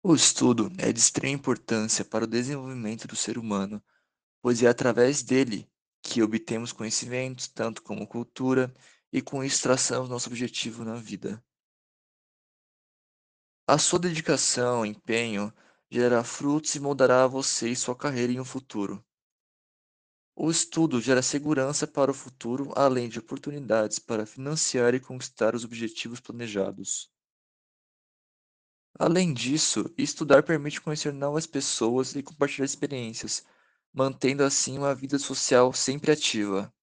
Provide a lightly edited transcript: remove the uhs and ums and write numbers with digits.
O estudo é de extrema importância para o desenvolvimento do ser humano, pois é através dele que obtemos conhecimentos, tanto como cultura, e com isso traçamos nosso objetivo na vida. A sua dedicação e empenho gerará frutos e moldará você e sua carreira em um futuro. O estudo gera segurança para o futuro, além de oportunidades para financiar e conquistar os objetivos planejados. Além disso, estudar permite conhecer novas pessoas e compartilhar experiências, mantendo assim uma vida social sempre ativa.